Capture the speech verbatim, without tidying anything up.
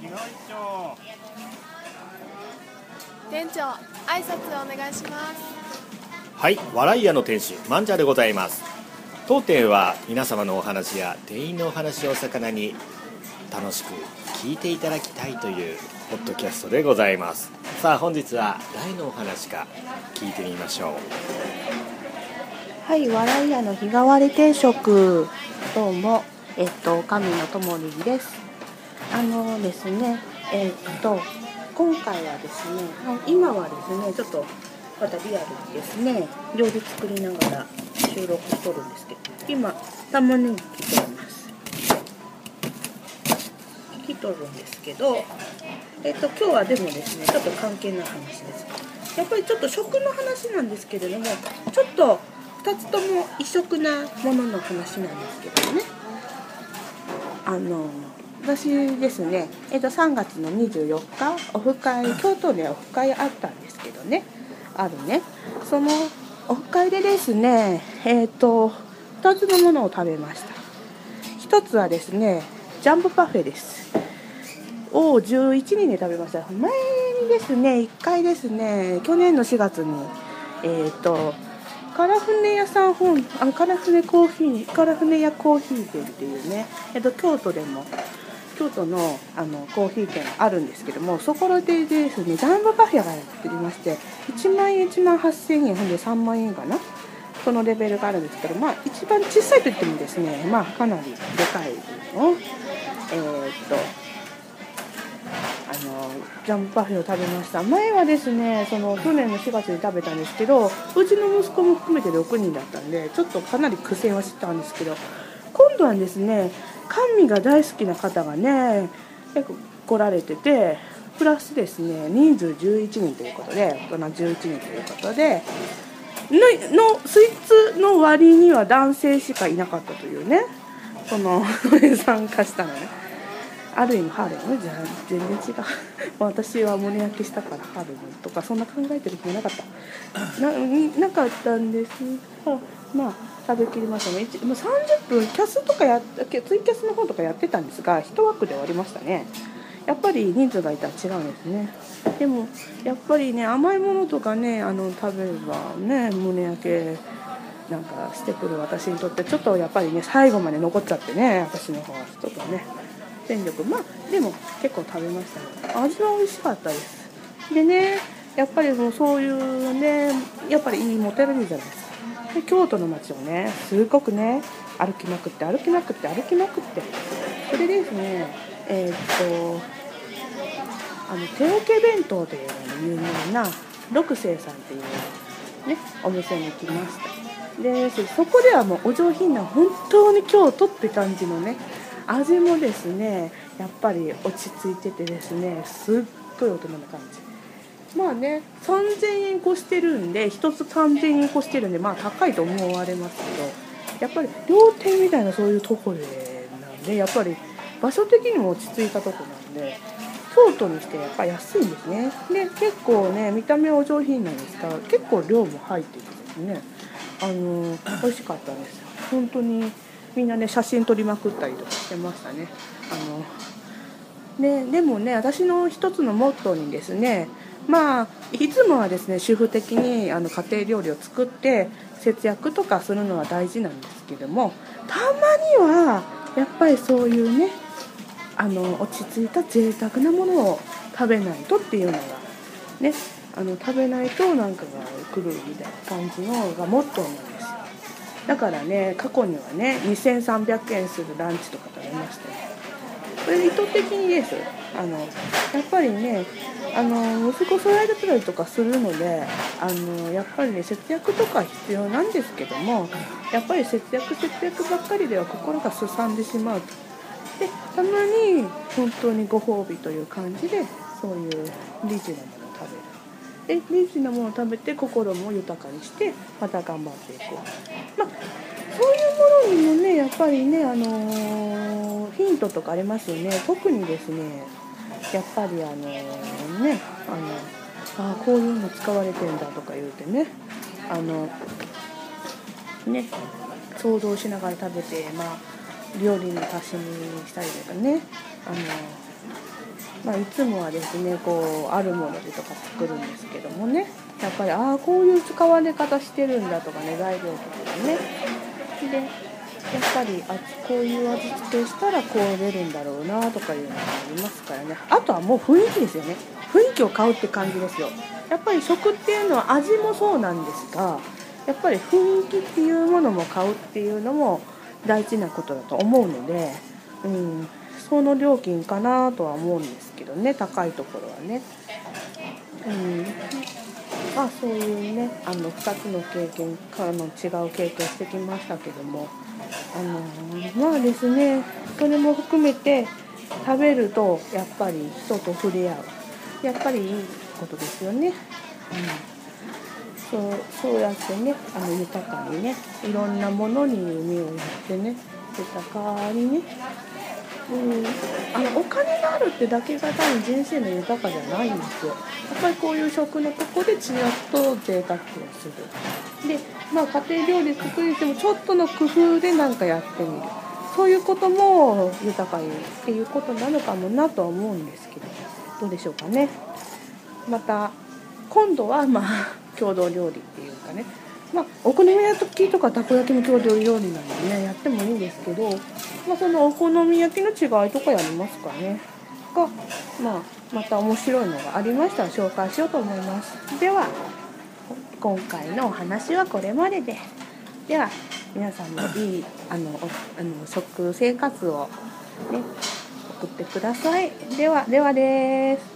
店長、挨拶お願いします。 はい、笑い屋の店主マンジャでございます。当店は皆様のお話や店員のお話を魚に楽しく聞いていただきたいというポッドキャストでございます。さあ本日は誰のお話か聞いてみましょう。 はい、笑い屋の日替わり定食、どうも、えっと神のともりんです。あのですね、えっと今回はですね、今はですね、ちょっとまたリアルにですね、料理作りながら収録しとるんですけど、今玉ねぎ切っております。切っとるんですけど、えっと今日はでもですね、ちょっと関係ない話です。やっぱりちょっと食の話なんですけれども、ちょっとふたつとも異色なものの話なんですけどね。あの私ですね、えっとさんがつのにじゅうよっかオフ会、京都でオフ会あったんですけどね、あるね、そのオフ会でですね、えっとふたつのものを食べました。ひとつはですね、ジャンボパフェですをじゅういちにんで食べました。前にですね、いっかいですね、去年のしがつにえっとカラフネ屋さん本あカラフネコーヒーカラフネ屋コーヒー店っていうね、えっと京都でも京都 の, あのコーヒー店があるんですけども、そこでですね、ジャンボパフェがやっておりまして、いちまんえんいちまんはっせんえんほんでさんまんえんかな、そのレベルがあるんですけど、まあ一番小さいといってもですね、まあかなりでかいのをえー、っとあのジャンボパフェを食べました。前はですね、その去年のしがつに食べたんですけど、うちの息子も含めてろくにんだったんで、ちょっとかなり苦戦はしてたんですけど、今度はですね、甘味が大好きな方がね結構来られてて、プラスですね、人数じゅういちにんということで、大人じゅういちにんということでの, のスイーツの割には男性しかいなかったというね、その参加したのね、ある意味ハーレムじゃ全然違う私は胸焼けしたからハーレムとかそんな考えてる気もなかったななかったんですが、まあ食べきりましたね。もうさんじゅっぷんキャスとかやツイキャスの方とかやってたんですが、一枠で終わりましたね。やっぱり人数がいたら違うんですね。でもやっぱりね、甘いものとかね、あの食べればね胸焼けなんかしてくる私にとって、ちょっとやっぱりね最後まで残っちゃってね、私の方はちょっとね戦力、まあでも結構食べましたね。味は美味しかったです。でね、やっぱりもうそういうね、やっぱりいいモテるじゃないですか。で京都の街をねすごくね歩きまくって歩きまくって歩きまくって、それでですね、えー、っとあの手桶弁当というの有名な六星さんっていうねお店に来ました。でそこではもうお上品な本当に京都って感じのね、味もですねやっぱり落ち着いててですね、すっごい大人な感じ。まあねさんぜんえん越してるんで、ひとつさんぜんえん越してるんで、まあ高いと思われますけど、やっぱり料亭みたいなそういうとこでなんで、やっぱり場所的にも落ち着いたとこなんで、京都にしてやっぱり安いんですね。で結構ね見た目はお上品なんですが、結構量も入っていてですね、あの美味しかったんですよ。本当にみんなね写真撮りまくったりとかしてましたね。あのねでもね、私の一つのモットーにですね、まあいつもはですね主婦的にあの家庭料理を作って節約とかするのは大事なんですけども、たまにはやっぱりそういうねあの落ち着いた贅沢なものを食べないとっていうのがね、あの食べないとなんかが来るみたいな感じのがモットーなんですよ。だからね過去にはねにせんさんびゃくえんするランチとか食べましたよ。これ意図的にです。あのやっぱりねあの息子育てたりとかするので、あのやっぱりね節約とか必要なんですけども、やっぱり節約節約ばっかりでは心がすさんでしまうと。でたまに本当にご褒美という感じでそういうリーズなものを食べる。でリーズなものを食べて心も豊かにしてまた頑張っていこう。まあそういうものにもねやっぱりね、あのー、ヒントとかありますよね。特にですねやっぱりあのー、ねあのあこういうの使われてんだとか言うてね、あのね想像しながら食べて、まあ料理の足しにしたりとかね、あのまあ、いつもはですねこうあるものでとか作るんですけどもね、やっぱりああこういう使われ方してるんだとかね、材料とかね。でやっぱりあこういう味付けしたらこう出るんだろうなとかいうのがありますからね。あとはもう雰囲気ですよね。雰囲気を買うって感じですよ。やっぱり食っていうのは味もそうなんですが、やっぱり雰囲気っていうものも買うっていうのも大事なことだと思うので、うん、その料金かなとは思うんですけどね、高いところはね。うんまあ、そういうねあのふたつの経験からの違う経験してきましたけども、あのまあですねそれも含めて食べるとやっぱり人と触れ合う、やっぱりいいことですよね。うんそう、そうやってねあの豊かにねいろんなものに目をやってね豊かにね、うん、あのお金があるってだけが多分人生の豊かじゃないんですよ。やっぱりこういう食のとこでちらっと贅沢をする。で、まあ家庭料理作りてもちょっとの工夫でなんかやってみる。そういうことも豊かにっていうことなのかもなとは思うんですけど、どうでしょうかね。また今度はまあ郷土料理っていうかね、まあ、お好み焼きとかたこ焼きも郷土料理なのでねやってもいいんですけど、まあ、そのお好み焼きの違いとかやりますかねが、まあ、また面白いのがありましたら紹介しようと思います。では今回のお話はこれまでで、では皆さんもいいあのあの食生活を、ね、送ってください。ではではです。